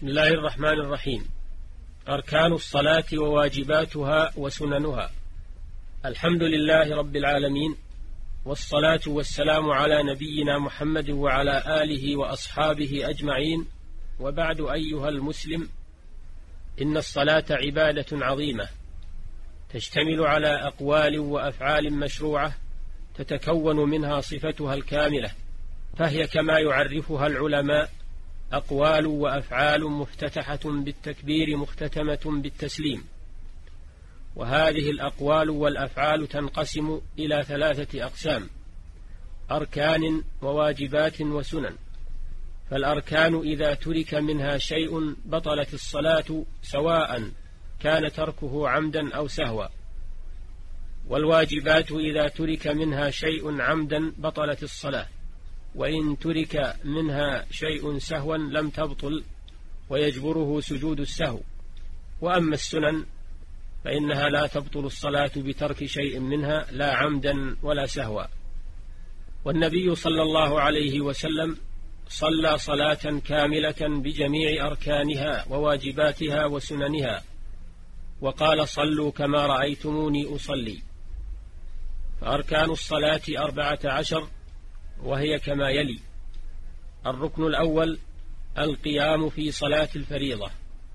بسم الله الرحمن الرحيم. أركان الصلاة وواجباتها وسننها. الحمد لله رب العالمين، والصلاة والسلام على نبينا محمد وعلى آله وأصحابه أجمعين، وبعد. أيها المسلم، إن الصلاة عبادة عظيمة تشتمل على أقوال وأفعال مشروعة تتكون منها صفتها الكاملة، فهي كما يعرفها العلماء أقوال وأفعال مفتتحة بالتكبير مختتمة بالتسليم. وهذه الأقوال والأفعال تنقسم إلى 3 أقسام: أركان وواجبات وسنن. فالأركان إذا ترك منها شيء بطلت الصلاة، سواء كان تركه عمدا أو سهوا. والواجبات إذا ترك منها شيء عمدا بطلت الصلاة، وإن ترك منها شيء سهوا لم تبطل، ويجبره سجود السهو. وأما السنن فإنها لا تبطل الصلاة بترك شيء منها، لا عمدا ولا سهوا. والنبي صلى الله عليه وسلم صلى صلاة كاملة بجميع أركانها وواجباتها وسننها، وقال: صلوا كما رأيتموني أصلي. فأركان الصلاة 14، وهي كما يلي: الركن الأول القيام في صلاة الفريضة.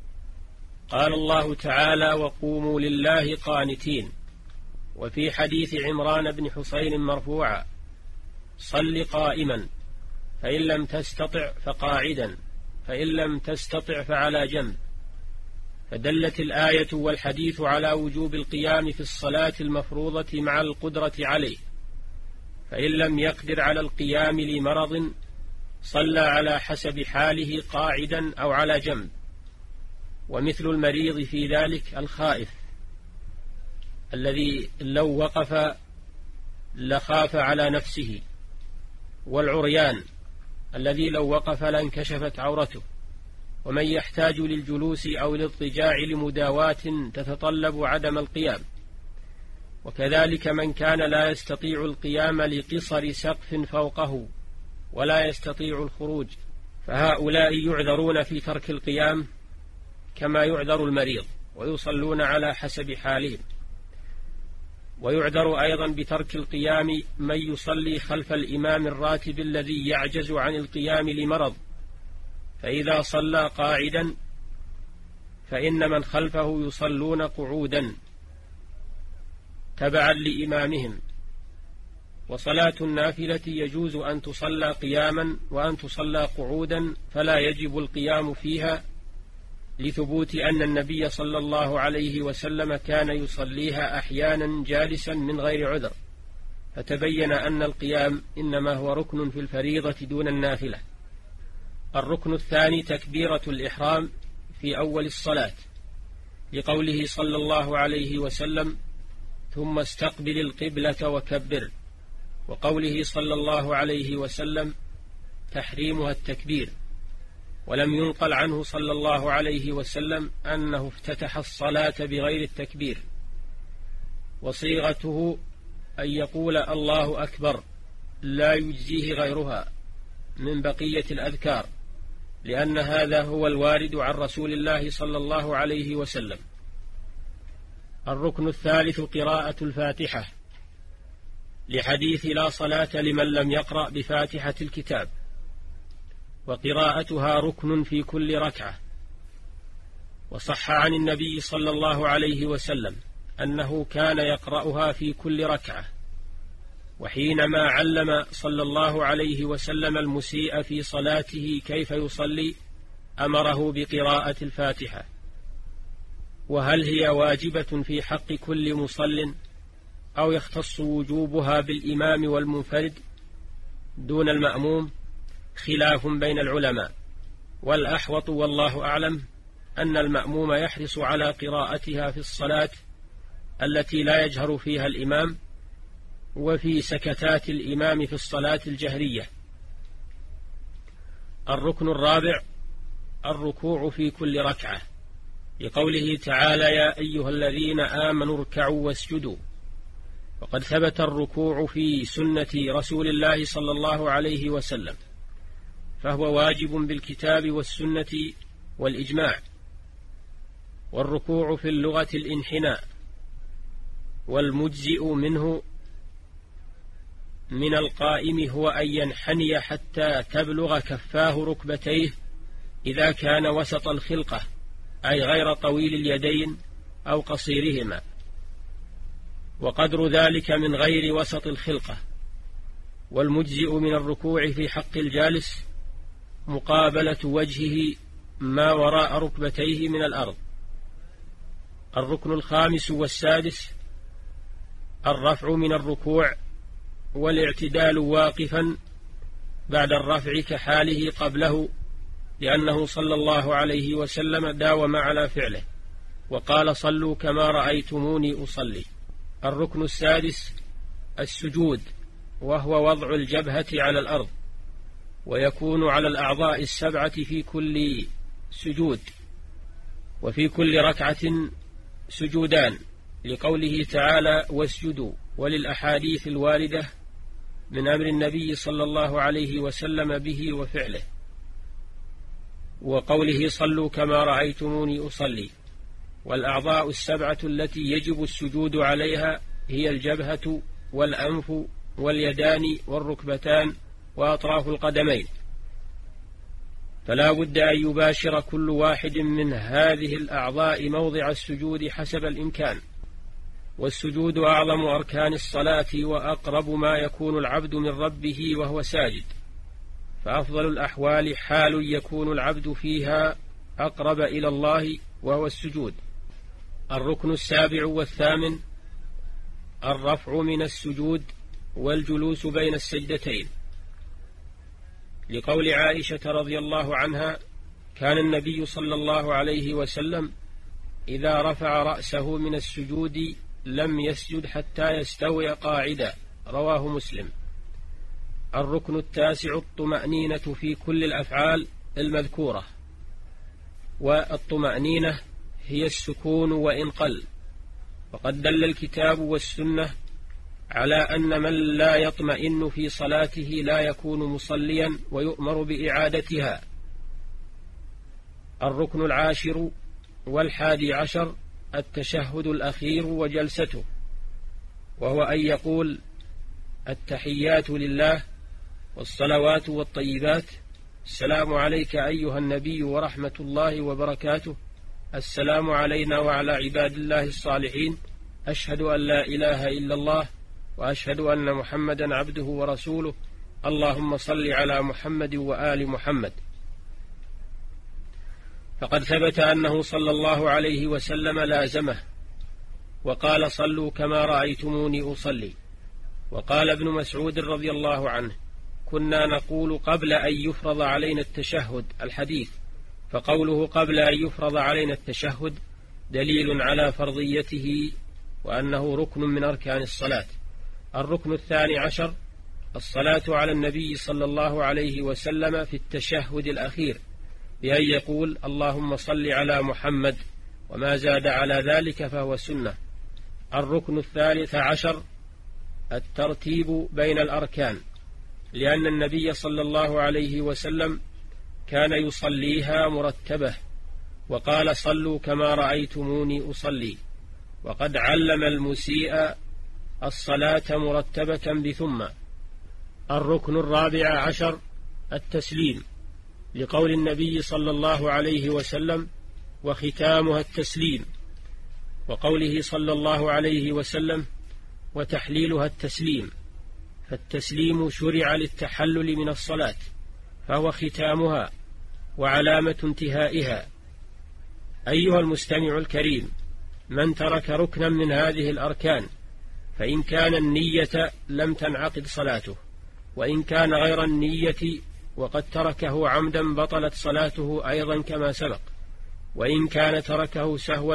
قال الله تعالى: وقوموا لله قانتين. وفي حديث عمران بن حسين مرفوعا: صل قائما، فإن لم تستطع فقاعدا، فإن لم تستطع فعلى جنب. فدلت الآية والحديث على وجوب القيام في الصلاة المفروضة مع القدرة عليه، فإن لم يقدر على القيام لمرض صلى على حسب حاله قاعدا أو على جنب. ومثل المريض في ذلك الخائف الذي لو وقف لخاف على نفسه، والعريان الذي لو وقف لانكشفت عورته، ومن يحتاج للجلوس أو الاضطجاع لمداواة تتطلب عدم القيام. وكذلك من كان لا يستطيع القيام لقصر سقف فوقه ولا يستطيع الخروج، فهؤلاء يعذرون في ترك القيام كما يعذر المريض، ويصلون على حسب حالهم. ويعذر أيضا بترك القيام من يصلي خلف الإمام الراتب الذي يعجز عن القيام لمرض، فإذا صلى قاعدا فإن من خلفه يصلون قعودا تبعا لإمامهم. وصلاة النافلة يجوز أن تصلى قياما وأن تصلى قعودا، فلا يجب القيام فيها، لثبوت أن النبي صلى الله عليه وسلم كان يصليها أحيانا جالسا من غير عذر، فتبين أن القيام إنما هو ركن في الفريضة دون النافلة. الركن الثاني تكبيرة الإحرام في أول الصلاة، لقوله صلى الله عليه وسلم: ثم استقبل القبلة وكبر. وقوله صلى الله عليه وسلم: تحريمها التكبير. ولم ينقل عنه صلى الله عليه وسلم أنه افتتح الصلاة بغير التكبير. وصيغته أن يقول الله أكبر، لا يجزيه غيرها من بقية الأذكار، لأن هذا هو الوارد عن رسول الله صلى الله عليه وسلم. الركن الثالث قراءة الفاتحة، لحديث: لا صلاة لمن لم يقرأ بفاتحة الكتاب. وقراءتها ركن في كل ركعة. وصح عن النبي صلى الله عليه وسلم أنه كان يقرأها في كل ركعة. وحينما علم صلى الله عليه وسلم المسيء في صلاته كيف يصلي أمره بقراءة الفاتحة. وهل هي واجبة في حق كل مصل، أو يختص وجوبها بالإمام والمنفرد دون المأموم؟ خلاف بين العلماء، والأحوط والله أعلم أن المأموم يحرص على قراءتها في الصلاة التي لا يجهر فيها الإمام، وفي سكتات الإمام في الصلاة الجهرية. الركن الرابع الركوع في كل ركعة، لقوله تعالى: يا أيها الذين آمنوا اركعوا واسجدوا. وقد ثبت الركوع في سنة رسول الله صلى الله عليه وسلم، فهو واجب بالكتاب والسنة والإجماع. والركوع في اللغة الانحناء، والمجزئ منه من القائم هو أن ينحني حتى تبلغ كفاه ركبتيه إذا كان وسط الخلقة، أي غير طويل اليدين أو قصيرهما، وقدر ذلك من غير وسط الخلقة. والمجزئ من الركوع في حق الجالس مقابلة وجهه ما وراء ركبتيه من الأرض. الركن الخامس والسادس الرفع من الركوع، والاعتدال واقفا بعد الرفع كحاله قبله، لأنه صلى الله عليه وسلم داوم على فعله وقال: صلوا كما رأيتموني أصلي. الركن السادس السجود، وهو وضع الجبهة على الأرض، ويكون على الأعضاء السبعة في كل سجود، وفي كل ركعة سجودان، لقوله تعالى: واسجدوا، وللأحاديث الواردة من أمر النبي صلى الله عليه وسلم به وفعله، وقوله: صلوا كما رأيتموني أصلي. والأعضاء السبعة التي يجب السجود عليها هي الجبهة والأنف واليدان والركبتان وأطراف القدمين، فلا بد أن يباشر كل واحد من هذه الأعضاء موضع السجود حسب الإمكان. والسجود أعظم أركان الصلاة، وأقرب ما يكون العبد من ربه وهو ساجد، فأفضل الأحوال حال يكون العبد فيها أقرب إلى الله وهو السجود. الركن السابع والثامن الرفع من السجود والجلوس بين السجدتين، لقول عائشة رضي الله عنها: كان النبي صلى الله عليه وسلم إذا رفع رأسه من السجود لم يسجد حتى يستوي قاعدا، رواه مسلم. الركن التاسع الطمأنينة في كل الأفعال المذكورة، والطمأنينة هي السكون وإن قل، وقد دل الكتاب والسنة على أن من لا يطمئن في صلاته لا يكون مصليا ويؤمر بإعادتها. الركن العاشر والحادي عشر التشهد الأخير وجلسته، وهو أن يقول: التحيات لله والصلوات والطيبات، السلام عليك أيها النبي ورحمة الله وبركاته، السلام علينا وعلى عباد الله الصالحين، أشهد أن لا إله إلا الله وأشهد أن محمدا عبده ورسوله، اللهم صل على محمد وآل محمد. فقد ثبت أنه صلى الله عليه وسلم لازمه وقال: صلوا كما رأيتموني أصلي. وقال ابن مسعود رضي الله عنه: كنا نقول قبل أن يفرض علينا التشهد الحديث، فقوله قبل أن يفرض علينا التشهد دليل على فرضيته وأنه ركن من أركان الصلاة. الركن الثاني عشر الصلاة على النبي صلى الله عليه وسلم في التشهد الأخير، بأن يقول: اللهم صل على محمد، وما زاد على ذلك فهو سنة. الركن الثالث عشر الترتيب بين الأركان، لأن النبي صلى الله عليه وسلم كان يصليها مرتبة، وقال: صلوا كما رأيتموني أصلي. وقد علم المسيء الصلاة مرتبة بثم. الركن الرابع عشر التسليم، لقول النبي صلى الله عليه وسلم: وختامها التسليم، وقوله صلى الله عليه وسلم: وتحليلها التسليم. فالتسليم شرع للتحلل من الصلاة، فهو ختامها وعلامة انتهائها. أيها المستمع الكريم، من ترك ركنا من هذه الأركان فإن كان النية لم تنعقد صلاته، وإن كان غير النية وقد تركه عمدا بطلت صلاته أيضا كما سبق، وإن كان تركه سهوا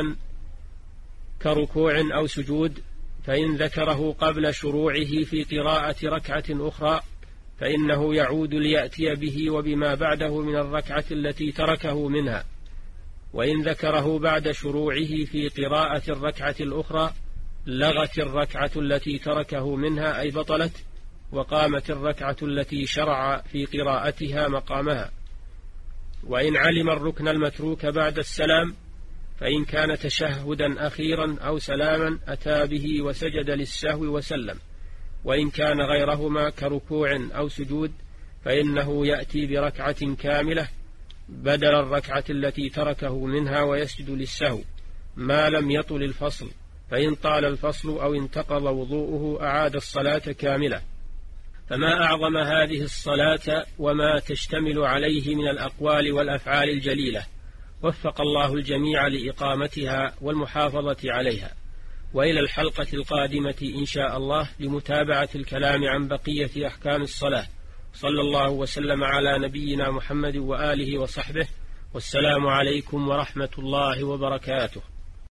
كركوع أو سجود فإن ذكره قبل شروعه في قراءة ركعة أخرى فإنه يعود ليأتي به وبما بعده من الركعة التي تركه منها، وإن ذكره بعد شروعه في قراءة الركعة الأخرى لغت الركعة التي تركه منها أي بطلت، وقامت الركعة التي شرع في قراءتها مقامها. وإن علم الركن المتروك بعد السلام فإن كان تشهدا أخيرا أو سلاما أتى به وسجد للسهو وسلم، وإن كان غيرهما كركوع أو سجود فإنه يأتي بركعة كاملة بدل الركعة التي تركه منها ويسجد للسهو ما لم يطل الفصل، فإن طال الفصل أو انتقض وضوءه أعاد الصلاة كاملة. فما أعظم هذه الصلاة وما تشتمل عليه من الأقوال والأفعال الجليلة، وفق الله الجميع لإقامتها والمحافظة عليها. وإلى الحلقة القادمة إن شاء الله لمتابعة الكلام عن بقية أحكام الصلاة. صلى الله وسلم على نبينا محمد وآله وصحبه، والسلام عليكم ورحمة الله وبركاته.